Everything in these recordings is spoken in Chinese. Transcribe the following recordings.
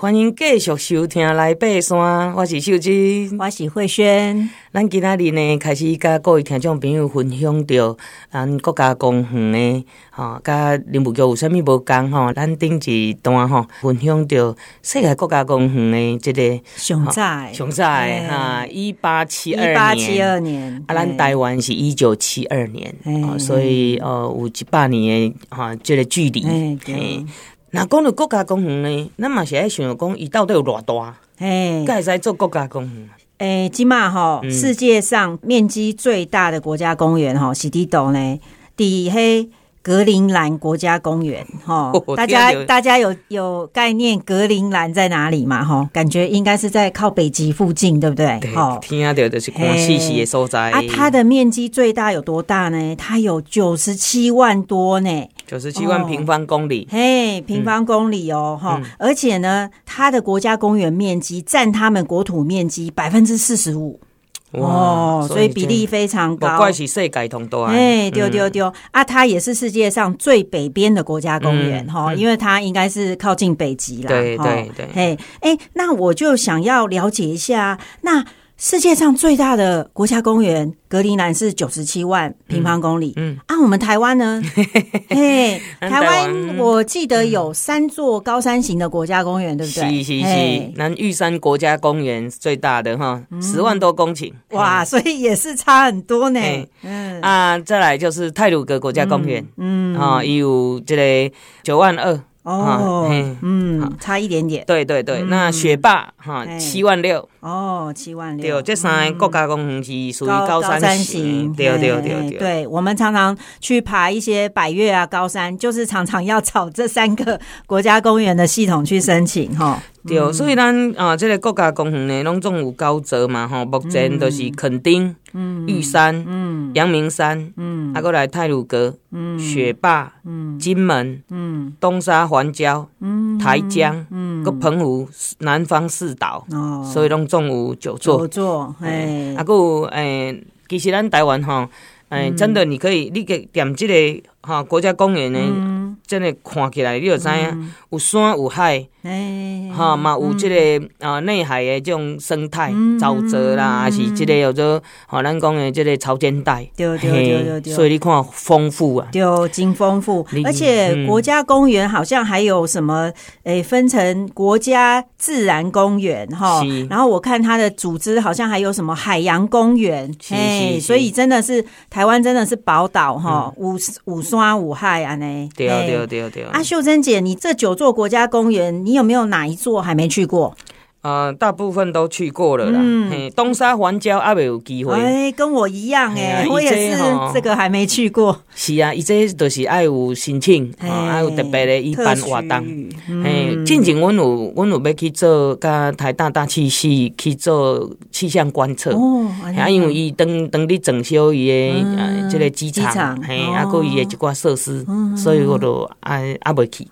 欢迎继续收听来爬山，我是秀芝， 我是慧萱。 咱今仔日呢，开始甲各位听众朋友分享到咱国家公园呢，甲林务局有啥物无同吼？咱顶一段分享到世界国家公园的这个上早 1872年，咱台湾是1972年，所以有100年的这个距离。那讲到国家公园呢，咱嘛是爱想讲，伊到底有偌大？才会使做国家公园。 即马世界上面积最大的国家公园是伫倒呢？伫迄格陵兰国家公园大家有概念格陵兰在哪里嘛？感觉应该是在靠北极附近，对不对？ 听到就是看细细的所在。 它的面积最大有多大呢？它有97万多呢。 97万平方公里， 平方公里而且呢，它的国家公园面积占他们国土面积45%。所以比例非常高， 不怪是世界通大。 对，它也是世界上最北边的国家公园因为它应该是靠近北极啦。 对。 那我就想要了解一下，那世界上最大的国家公园格陵兰是97万平方公里。我们台湾呢？台湾我记得有3座高山型的国家公园，对不对？ 是，咱玉山国家公园最大的10万多公顷。 哇，所以也是差很多呢。 再来就是太鲁阁国家公园，有这个9万2。 差一点点。 对，那雪霸7万6。 7万6。 对，这3个国家公园是属于高山型。 对，我们常常去爬一些百岳啊高山，就是常常要找这3个国家公园的系统去申请对，所以咱这个国家公园呢，拢总有9座嘛目前都是垦丁、玉山、阳明山，过来太鲁阁、雪霸、金门、东沙环礁、台江、澎湖南方4岛，所以拢总有9座。其实咱台湾真的你可以你给点这个国家公园呢，真的看起来你就知影有山有海，嘛有这个内海的这种生态沼泽啦，还是这个叫做咱讲的这个潮间带。对，所以你看丰富啊， 对，真丰富。而且国家公园好像还有什么分成国家自然公园然后我看它的组织好像还有什么海洋公园，所以真的是台湾真的是宝岛五山五海啊呢。 对。 秀珍姐，你这9座国家公园，你有没有哪一座还没去过？ 大部分都去过了啦。东沙环礁还没有机会。 跟我一样我也是这个还没去过。 是啊，这就是要有申请，要有特别的一般活动。之前我有要去做甲台大大气系去做气象观测。因为伊当你整修伊的这个机场，还有伊的一寡设施，所以我就没去。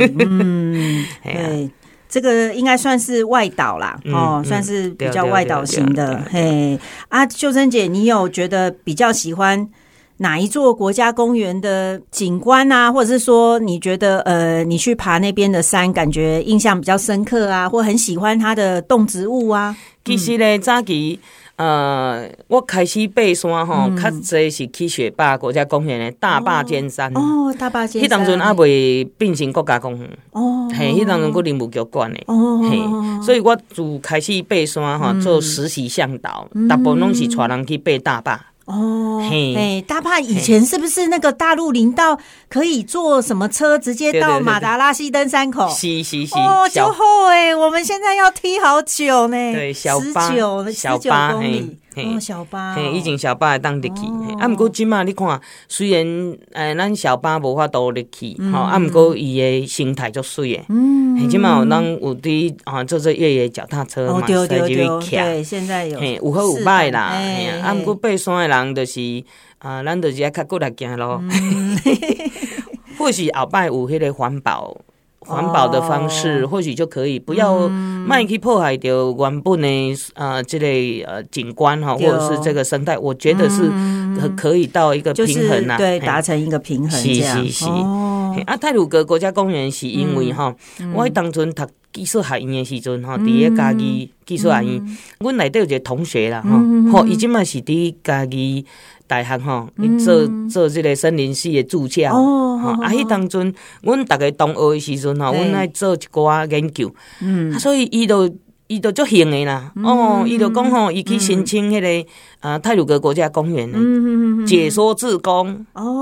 对。这个应该算是外岛啦，算是比较外岛型的。秀珍姐，你有觉得比较喜欢哪一座国家公园的景观啊，或者是说你觉得你去爬那边的山，感觉印象比较深刻啊，或很喜欢它的动植物啊？ 其实呢，早期我开始爬山较侪是去雪霸国家公园的大霸尖山。 大霸尖山。迄当阵还未变成国家公园。迄当阵林务局管的。所以我自开始爬山做实习向导，大部分拢是带人去爬大霸。 大霸以前是不是那个大陆林道可以坐什么车直接到马达拉溪登山口？ 是。 就好我们现在要踢好久呢。对，小巴19公里。小巴以前小巴会当入去。不过现在你看，虽然咱小巴无法度入去，不过伊的生态足水的。现在咱有伫做越野脚踏车嘛， 对，现在有好有歹啦。不过爬山的人就是咱就是要较骨力行咯。或许后摆有迄个环保的方式，或许就可以不要卖去破坏掉原本的这个景观或者是这个生态，我觉得是可以到一个平衡对，达成一个平衡这样。 太鲁阁国家公园是因为我当阵读技术学院的时阵伫咧嘉义技术学院，阮内底有一个同学啦伊即马是伫嘉义大学伊做这个森林系的助教迄当阵阮大家同学的时阵阮爱做一寡研究，所以伊就足兴的啦伊就讲伊去申请迄个太鲁阁国家公园的解说志工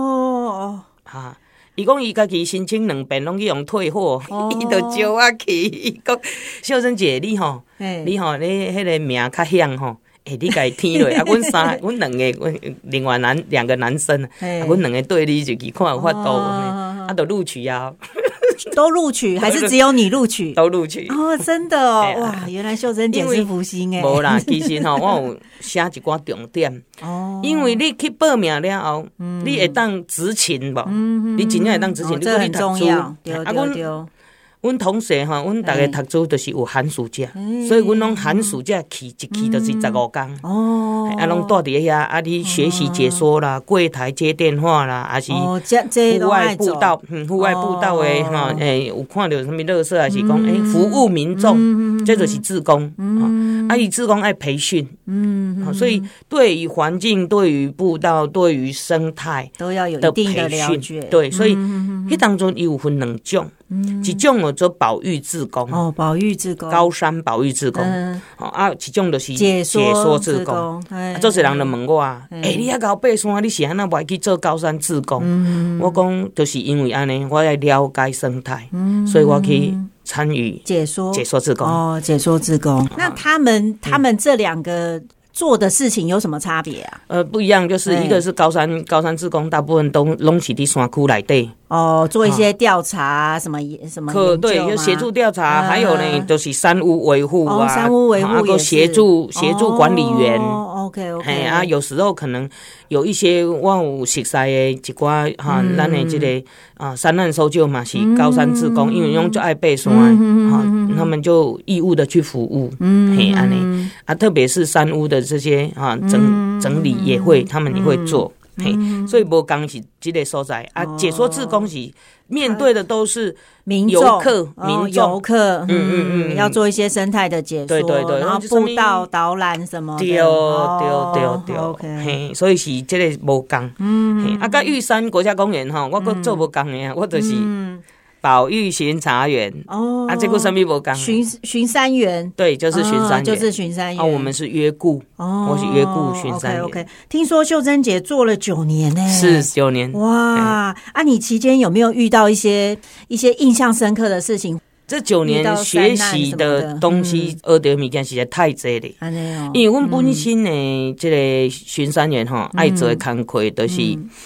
伊讲伊家己申请2遍拢去用退货，伊就招我去。伊讲秀珍姐，你你迄个名较响你家己填落。阮两个另外2个男生，阮2个对你就去看有法度，就录取啊。 都录取还是只有你录取？ 都录取真的哇！原来秀珍姐是福星无啦，其实我有写一寡重点因为你去报名了后，你会当执勤无？你真正会当执勤， 这很重要。对。 阮同学阮大家读书就是有寒暑假，所以阮拢寒暑假去一去就是15天拢住伫遐你学习解说啦，柜台接电话啦，还是户外步道户外步道的有看到什么垃圾，还是讲服务民众，这就是志工伊志工爱培训所以对于环境、对于步道、对于生态都要有一定的了解。 对，所以迄当中伊有分2种，一种做保育志工保育志工， 高山保育志工一种就是解说志工。做些人就问我你遐高爬山，你是安那不爱去做高山志工？我讲就是因为安尼，我要了解生态，所以我去参与解说志工解说志工。那他们这2个做的事情有什么差别啊？ 不一样，就是一个是高山志工，大部分都拢是伫山区内底做一些调查什么对，就协助调查，还有呢就是山屋维护山屋维护也是协助管理员 OK 有时候可能有一些我有熟悉的一寡咱的这个山难搜救嘛是高山志工，因为用就爱爬山他们就义务的去服务安尼特别是山屋的这些整理也会，他们也会做所以无讲是这个所在解说志工是面对的都是游客要做一些生态的解说，对，然后步道导览什么的， 对，OK， 所以是这个无同甲玉山国家公园我佫做无同的我就是保育巡查员这个什么不讲？ 巡山员， 对，就是巡山员， 就是巡山员。 我们是约雇我是约雇巡山员。 OK， 听说秀珍姐做了9年呢， 是9年。 哇你期间有没有遇到一些印象深刻的事情？ 这9年学习的东西学到物件实在太多了因为阮本身的这个巡山员爱做的工作就是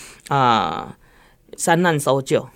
山难搜救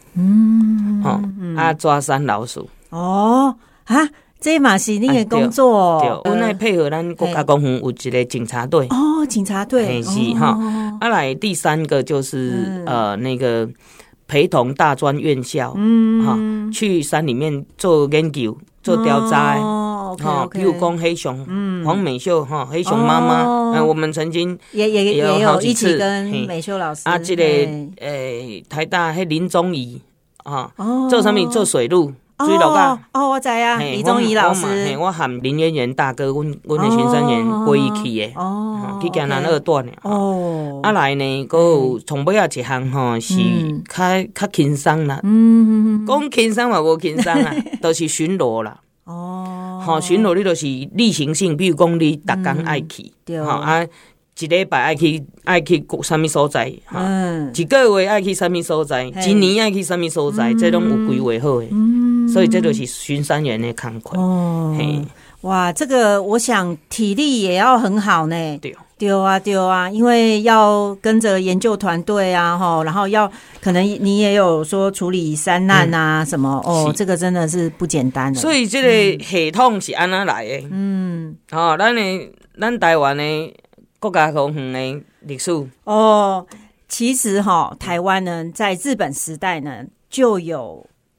抓山老鼠这嘛是你的工作对，阮爱配合咱国家公园有一个警察队警察队是来第3个就是那个陪同大专院校去山里面做研究做调查比如讲黑熊黄美秀黑熊妈妈我们曾经也有一起跟美秀老师这个台大迄林宗仪做什么做水路水路我知李宗仪老师我和林渊源大哥阮的巡山员陪伊去的去行南2段来呢还有从尾一项是较轻松啦讲轻松嘛无轻松啦都是巡逻啦巡逻你就是例行性，比如讲你每天爱去一礼拜爱去什么所在一个月爱去什么所在一年爱去什么所在这拢有规划好的所以这就是巡山员的工作哇这个我想体力也要很好呢对啊因为要跟着研究团队然后要可能你也有说处理山难什么这个真的是不简单的， 所以这个系统是安那来的咱台湾的国家公园的历史其实台湾呢在日本时代呢就有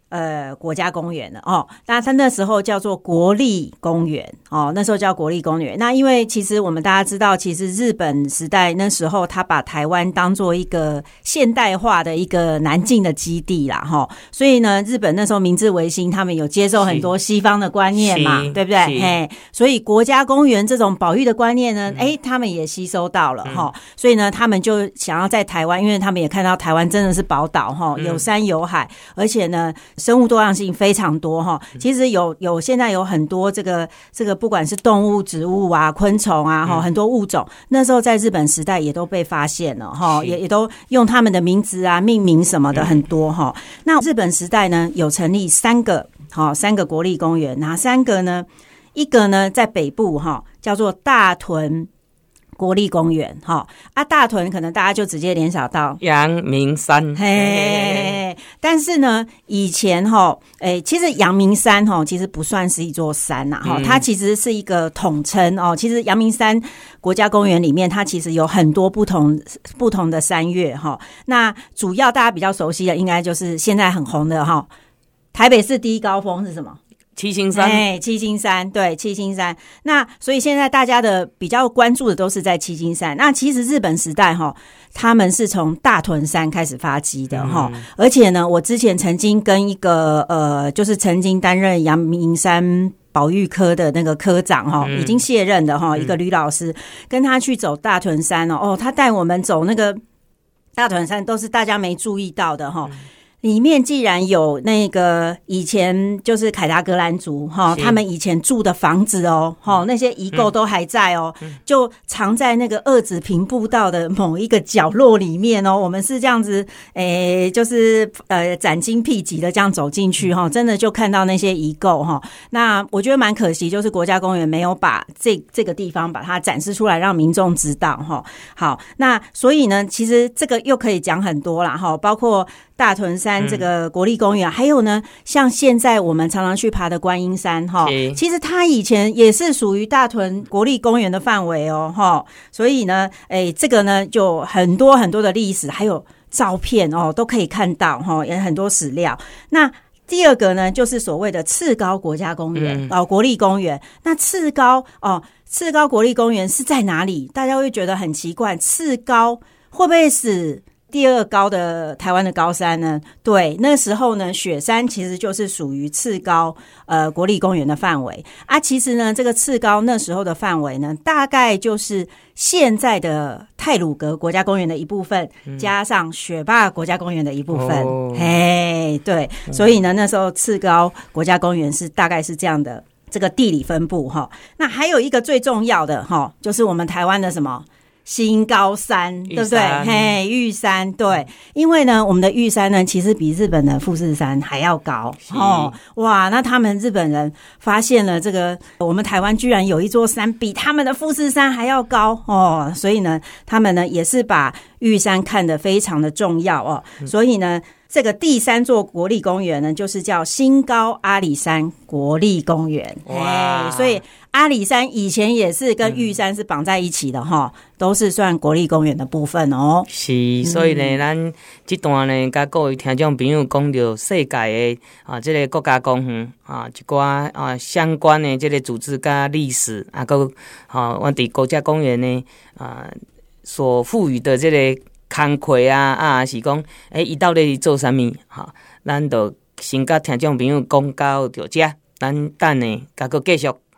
国家公园了哦。那它那时候叫做国立公园哦，那时候叫国立公园。那因为其实我们大家知道，其实日本时代那时候他把台湾当做一个现代化的一个南进的基地啦哈，所以呢，日本那时候明治维新，他们有接受很多西方的观念嘛，对不对？嘿，所以国家公园这种保育的观念呢，他们也吸收到了哈，所以呢，他们就想要在台湾，因为他们也看到台湾真的是宝岛哈，有山有海，而且呢，生物多样性非常多哈。其实有现在有很多这个不管是动物、植物啊、昆虫啊哈，很多物种，那时候在日本时代也都被发现了哈，也都用他们的名字啊命名什么的很多哈。那日本时代呢，有成立三个国立公园，哪三个呢？一个呢在北部哈，叫做大屯国立公园哈大屯可能大家就直接联想到阳明山， 嘿，但是呢，以前其实阳明山其实不算是一座山呐它其实是一个统称哦。其实阳明山国家公园里面，它其实有很多不同的山岳哈。那主要大家比较熟悉的，应该就是现在很红的台北市第一高峰是什么？ 七星山， 七星山，对，七星山。那所以现在大家的比较关注的都是在七星山。那其实日本时代他们是从大屯山开始发迹的而且呢，我之前曾经跟一个就是曾经担任阳明山保育科的那个科长已经卸任的一个吕老师，跟他去走大屯山他带我们走那个大屯山，都是大家没注意到的里面既然有那个以前就是凯达格兰族他们以前住的房子那些遗构都还在就藏在那个二子坪步道的某一个角落里面我们是这样子就是斩荆辟棘的这样走进去真的就看到那些遗构那我觉得蛮可惜，就是国家公园没有把这个地方把它展示出来，让民众知道好，那所以呢，其实这个又可以讲很多啦包括大屯山这个国立公园还有呢，像现在我们常常去爬的观音山其实它以前也是属于大屯国立公园的范围所以呢这个呢就很多很多的历史还有照片都可以看到也很多史料。那第二个呢，就是所谓的赤高国家公园国立公园。那赤高国立公园是在哪里？大家会觉得很奇怪，赤高会不会是第二高的台湾的高山呢？对，那时候呢，雪山其实就是属于赤高国立公园的范围其实呢，这个赤高那时候的范围呢，大概就是现在的太鲁阁国家公园的一部分，加上雪霸国家公园的一部分。对，所以呢，那时候赤高国家公园是大概是这样的这个地理分布那还有一个最重要的就是我们台湾的什么？新高山，对不对？玉山，对，因为呢，我们的玉山呢，其实比日本的富士山还要高哇！那他们日本人发现了这个，我们台湾居然有一座山比他们的富士山还要高所以呢，他们呢也是把玉山看得非常的重要所以呢，这个第三座国立公园呢，就是叫新高阿里山国立公园。所以阿里山以前也是跟玉山是绑在一起的都是算国立公园的部分是，所以呢，咱这段呢，跟各位听众朋友讲到世界的这个国家公园一寡相关的这个组织跟历史我伫国家公园呢所赋予的这个工课是讲伊到底是做啥物咱就先甲听众朋友讲到就这，咱等呢甲佮继续。